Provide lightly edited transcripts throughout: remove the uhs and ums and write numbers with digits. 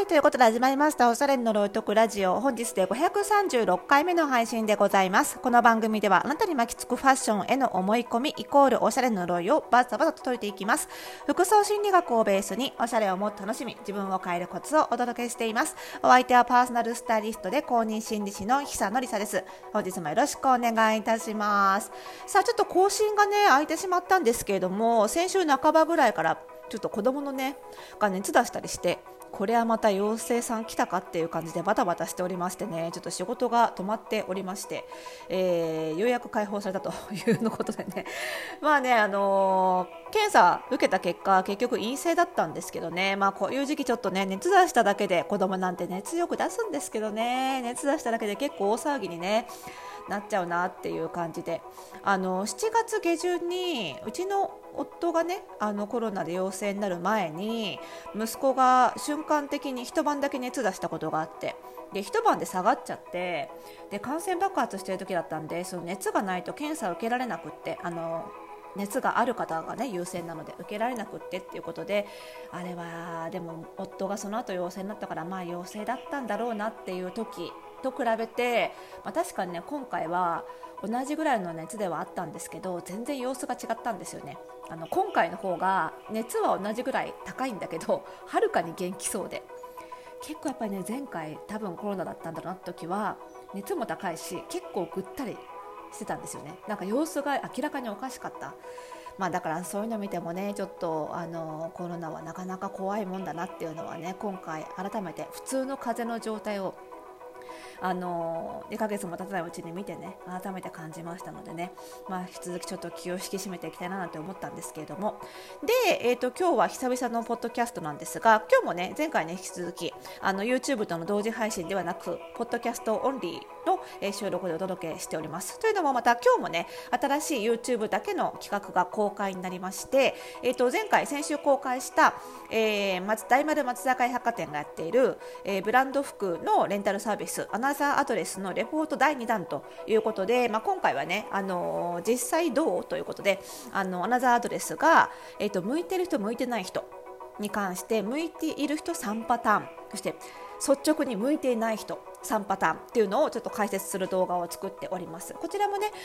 い、ということで始まりましたおしゃれの呪いとくラジオ。本日で536回目の配信でございます。この番組ではあなたに巻きつくファッションへの思い込みイコールおしゃれの呪いをバサバサと解いていきます。服装心理学をベースにおしゃれをもっと楽しみ、自分を変えるコツをお届けしています。お相手はパーソナルスタイリストで公認心理師の久野里沙です。本日もよろしくお願いいたします。さあ、ちょっと更新がね空いてしまったんですけれども、先週半ばぐらいからちょっと子供のねが熱出したりして、これはまた陽性さん来たかっていう感じでバタバタしておりましてね、ちょっと仕事が止まっておりまして、ようやく解放されたということでねまあね、検査受けた結果結局陰性だったんですけどね、まあこういう時期ちょっとね熱出しただけで、子供なんて熱よく出すんですけどね、熱出しただけで結構大騒ぎにねなっちゃうなっていう感じで、7月下旬にうちの夫がねコロナで陽性になる前に息子が瞬間的に一晩だけ熱出したことがあって、で一晩で下がっちゃって、で感染爆発している時だったんで、その熱がないと検査を受けられなくって、熱がある方がね優先なので受けられなくってっていうことで、あれはでも夫がその後陽性になったから、まあ陽性だったんだろうなっていう時と比べて、確かにね今回は同じぐらいの熱ではあったんですけど、全然様子が違ったんですよね。今回の方が熱は同じぐらい高いんだけど、はるかに元気そうで、結構やっぱりね前回多分コロナだったんだろうなって時は熱も高いし結構ぐったりしてたんですよね。なんか様子が明らかにおかしかった。だからそういうの見てもね、ちょっとコロナはなかなか怖いもんだなっていうのはね、今回改めて普通の風邪の状態を2ヶ月も経たないうちに見てね改めて感じましたのでね、引き続きちょっと気を引き締めていきたいななんて思ったんですけれども、で、今日は久々のポッドキャストなんですが、今日もね前回ね引き続きYouTube との同時配信ではなくポッドキャストオンリーの、収録でお届けしております。というのもまた今日もね新しい YouTube だけの企画が公開になりまして、先週公開した、大丸松坂屋百貨店がやっている、ブランド服のレンタルサービスアナザーアドレスのレポート第2弾ということで、今回はね、実際どうということでアナザーアドレスが、向いてる人向いてない人に関して、向いている人3パターン、そして率直に向いていない人3パターンっていうのをちょっと解説する動画を作っております。こちらもね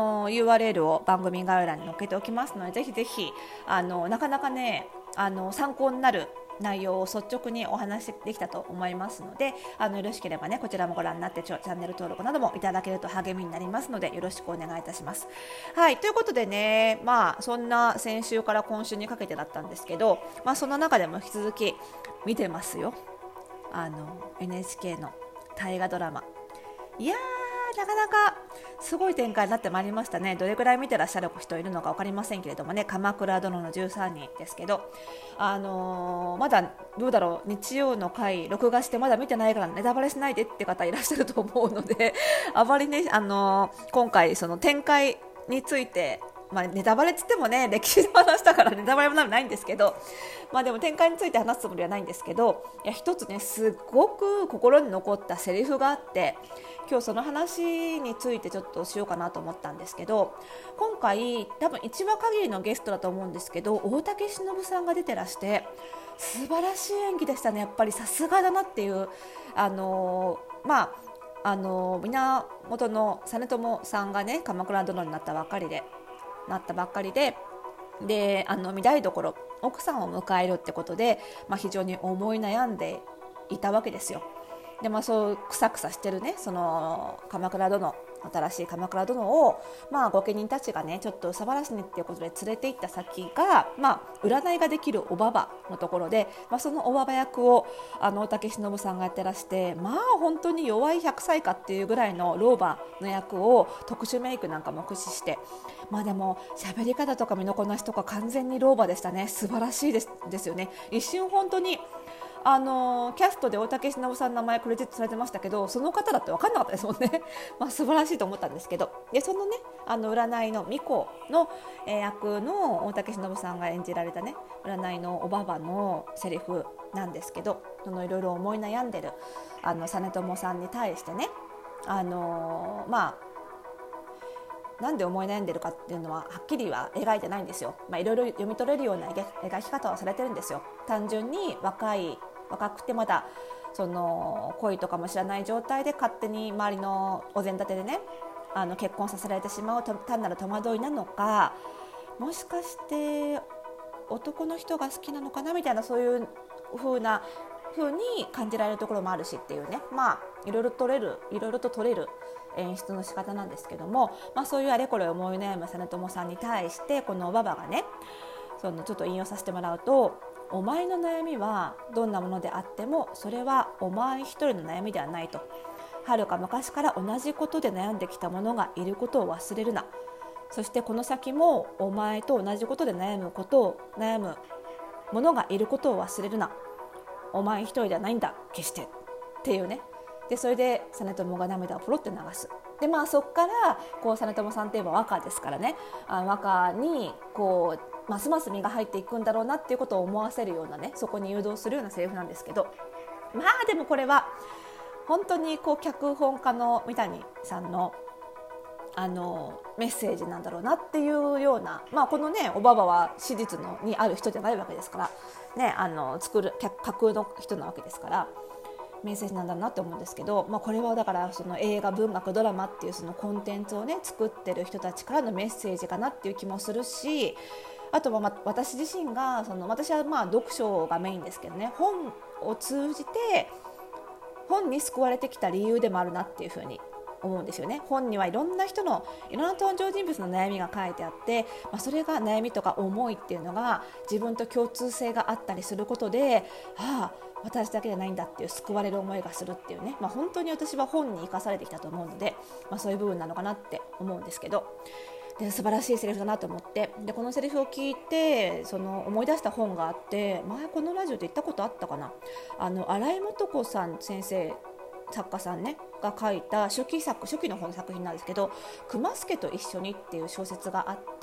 URL を番組概要欄に載っけておきますので、ぜひぜひなかなかね参考になる内容を率直にお話できたと思いますので、よろしければねこちらもご覧になってチャンネル登録などもいただけると励みになりますので、よろしくお願いいたします。はい、ということでね、そんな先週から今週にかけてだったんですけど、その中でも引き続き見てますよ。NHK の大河ドラマ、いやーなかなかすごい展開になってまいりましたね。どれくらい見てらっしゃる人いるのか分かりませんけれどもね、鎌倉殿の13人ですけど、まだどうだろう、日曜の回録画してまだ見てないからネタバレしないでって方いらっしゃると思うのであまりね、今回その展開についてネタバレって言ってもね歴史の話だからネタバレもないんですけど、でも展開について話すつもりはないんですけど、一つねすっごく心に残ったセリフがあって、今日その話についてちょっとしようかなと思ったんですけど、今回多分1話限りのゲストだと思うんですけど、大竹しのぶさんが出てらして素晴らしい演技でしたね。やっぱりさすがだなっていう、源の実朝さんがね鎌倉殿になったばっかりで御台所奥さんを迎えるってことで、非常に思い悩んでいたわけですよ。で、そうくさくさしてるねその新しい鎌倉殿を、御家人たちがねちょっと憂さ晴らしにっていうことで連れて行った先が、占いができるおばばのところで、そのおばば役を大竹しのぶさんがやってらして、本当に弱い100歳かっていうぐらいの老婆の役を特殊メイクなんかも駆使して、でも喋り方とか身のこなしとか完全に老婆でしたね。素晴らしいですよね。一瞬本当にキャストで大竹しのぶさんの名前クレジットされてましたけど、その方だって分かんなかったですもんね素晴らしいと思ったんですけど、でそのね占いの巫女の、役の大竹しのぶさんが演じられたね占いのおばばのセリフなんですけど、いろいろ思い悩んでる実朝さんに対してね、なんで思い悩んでるかっていうのははっきりは描いてないんですよ。いろいろ読み取れるような描き方はされてるんですよ。単純に若くてまだその恋とかも知らない状態で勝手に周りのお膳立てでね結婚させられてしまう単なる戸惑いなのか、もしかして男の人が好きなのかなみたいな、そういう風に感じられるところもあるしっていうね、いろいろと取れる演出の仕方なんですけども、そういうあれこれ思い悩む実朝さんに対してこのおばばがね、ちょっと引用させてもらうと、お前の悩みはどんなものであってもそれはお前一人の悩みではないと、遥か昔から同じことで悩んできた者がいることを忘れるな、そしてこの先もお前と同じことで悩む者がいることを忘れるな、お前一人ではないんだ決してっていうね。でそれで実朝が涙をポロって流す。でそこから実朝さんといえば和歌ですからね、和歌にますます身が入っていくんだろうなっていうことを思わせるようなね、そこに誘導するようなセリフなんですけど、でもこれは本当に脚本家の三谷さんのメッセージなんだろうなっていうような、このねおばばは史実にある人じゃないわけですからね、架空の人なわけですからメッセージなんだなって思うんですけど、これはだからその映画、文学、ドラマっていうそのコンテンツをね作ってる人たちからのメッセージかなっていう気もするし、あとは私自身が私は読書がメインですけどね、本を通じて本に救われてきた理由でもあるなっていうふうに思うんですよね。本にはいろんな登場人物の悩みが書いてあって、それが悩みとか思いっていうのが自分と共通性があったりすることで、私だけじゃないんだっていう救われる思いがするっていうね、本当に私は本に生かされてきたと思うので、そういう部分なのかなって思うんですけど、で素晴らしいセリフだなと思って、でこのセリフを聞いて思い出した本があって、前このラジオで言ったことあったかな、新井素子さん先生、作家さんねが書いた初期の本の作品なんですけど、熊助と一緒にっていう小説があって、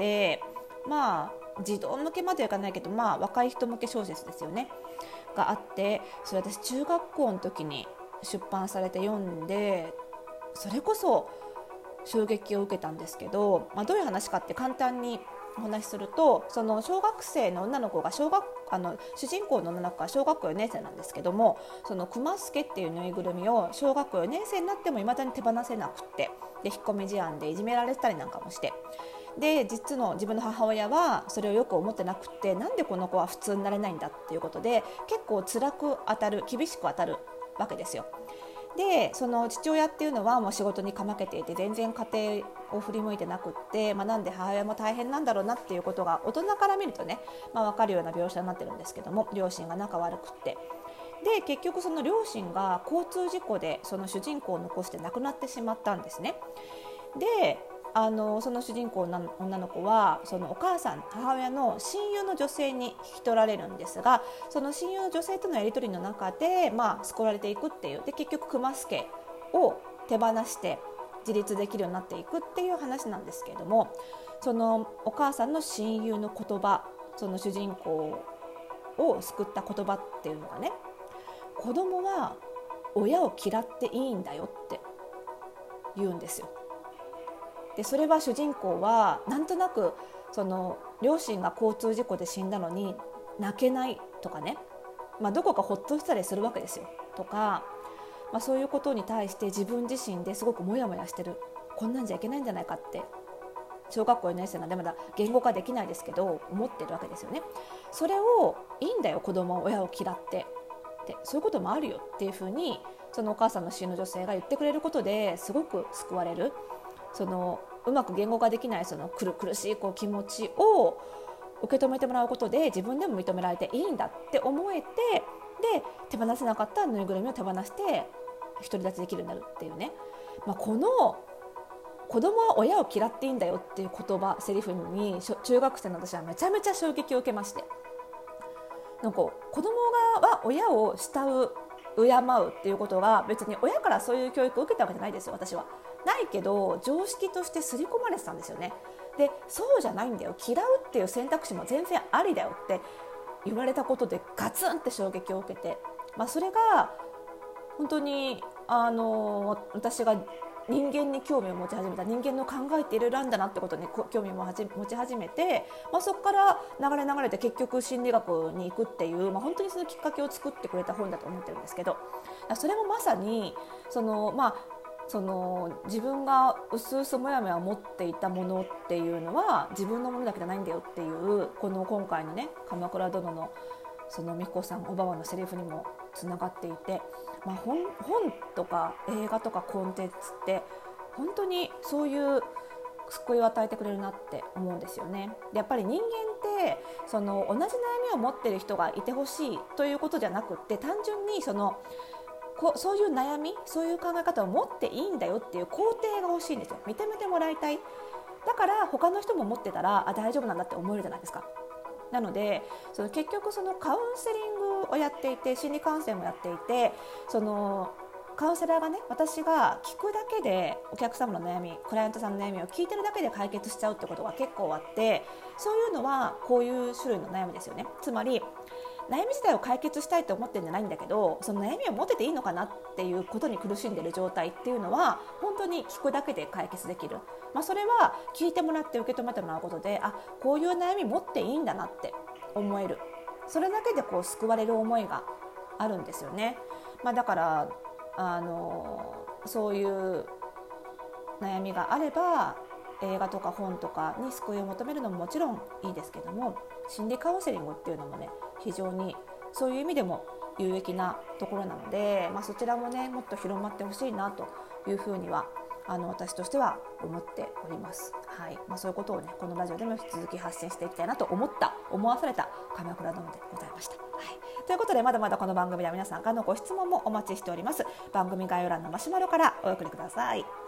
児童向けまではいかないけど、若い人向け小説ですよねがあって、それ私中学校の時に出版されて読んで、それこそ衝撃を受けたんですけど、どういう話かって簡単にお話しすると、その小学生の女の子が主人公の女の子が小学校4年生なんですけども、その熊助っていうぬいぐるみを小学校4年生になっても未だに手放せなくって、で引っ込み思案でいじめられてたりなんかもして、で実の自分の母親はそれをよく思ってなくって、なんでこの子は普通になれないんだっていうことで結構辛く当たる、厳しく当たるわけですよ。でその父親っていうのはもう仕事にかまけていて全然家庭を振り向いてなくって、なんで母親も大変なんだろうなっていうことが大人から見るとね、分かるような描写になってるんですけども、両親が仲悪くって、で結局その両親が交通事故でその主人公を残して亡くなってしまったんですね。でその主人公の女の子はその母親の親友の女性に引き取られるんですが、その親友の女性とのやり取りの中で、救われていくっていう、で結局熊助を手放して自立できるようになっていくっていう話なんですけれども、そのお母さんの親友の言葉、その主人公を救った言葉っていうのがね、子供は親を嫌っていいんだよって言うんですよ。でそれは主人公はなんとなくその両親が交通事故で死んだのに泣けないとかね、どこかほっとしたりするわけですよとか、そういうことに対して自分自身ですごくモヤモヤしてる、こんなんじゃいけないんじゃないかって小学校4年生なんでまだ言語化できないですけど思ってるわけですよね。それをいいんだよ、子供は親を嫌ってでそういうこともあるよっていうふうにそのお母さんの親友の女性が言ってくれることですごく救われる、そのうまく言語化できないその苦しい気持ちを受け止めてもらうことで自分でも認められていいんだって思えて、で手放せなかったぬいぐるみを手放して独り立ちできるようになるっていうね、この子供は親を嫌っていいんだよっていう言葉、セリフに中学生の私はめちゃめちゃ衝撃を受けまして、なんか子供は親を慕う敬うっていうことが別に親からそういう教育を受けたわけじゃないですよ。私はないけど常識として刷り込まれてたんですよね。でそうじゃないんだよ、嫌うっていう選択肢も全然ありだよって言われたことでガツンって衝撃を受けて、それが本当に私が人間に興味を持ち始めた、人間の考えっていろいろあるんだなってことに興味を持ち始めて、そこから流れて結局心理学に行くっていう、本当にそのきっかけを作ってくれた本だと思ってるんですけど、それもまさにその自分がうすうすもやもや持っていたものっていうのは自分のものだけじゃないんだよっていう、この今回のね鎌倉殿のその美穂さんおばばのセリフにもつながっていて、本とか映画とかコンテンツって本当にそういう救いを与えてくれるなって思うんですよね。でやっぱり人間ってその同じ悩みを持っている人がいてほしいということじゃなくって、単純にそういう悩み、そういう考え方を持っていいんだよっていう肯定が欲しいんですよ。認めてもらいたい。だから他の人も持ってたら大丈夫なんだって思えるじゃないですか。なので結局そのカウンセリングをやっていて、心理カウンセリングもやっていて、そのカウンセラーがね、私が聞くだけでお客様の悩み、クライアントさんの悩みを聞いてるだけで解決しちゃうってことが結構あって、そういうのはこういう種類の悩みですよね。つまり悩み自体を解決したいと思ってるんじゃないんだけど、その悩みを持てていいのかなっていうことに苦しんでいる状態っていうのは本当に聞くだけで解決できる。それは聞いてもらって受け止めてもらうことで、こういう悩み持っていいんだなって思える。それだけで救われる思いがあるんですよね。だからそういう悩みがあれば映画とか本とかに救いを求めるのももちろんいいですけども、心理カウンセリングっていうのもね、非常にそういう意味でも有益なところなので、そちらもねもっと広まってほしいなというふうには私としては思っております。はい。そういうことをねこのラジオでも引き続き発信していきたいなと思わされた鎌倉殿でございました。はい。ということで、まだまだこの番組では皆さんからのご質問もお待ちしております。番組概要欄のマシュマロからお送りください。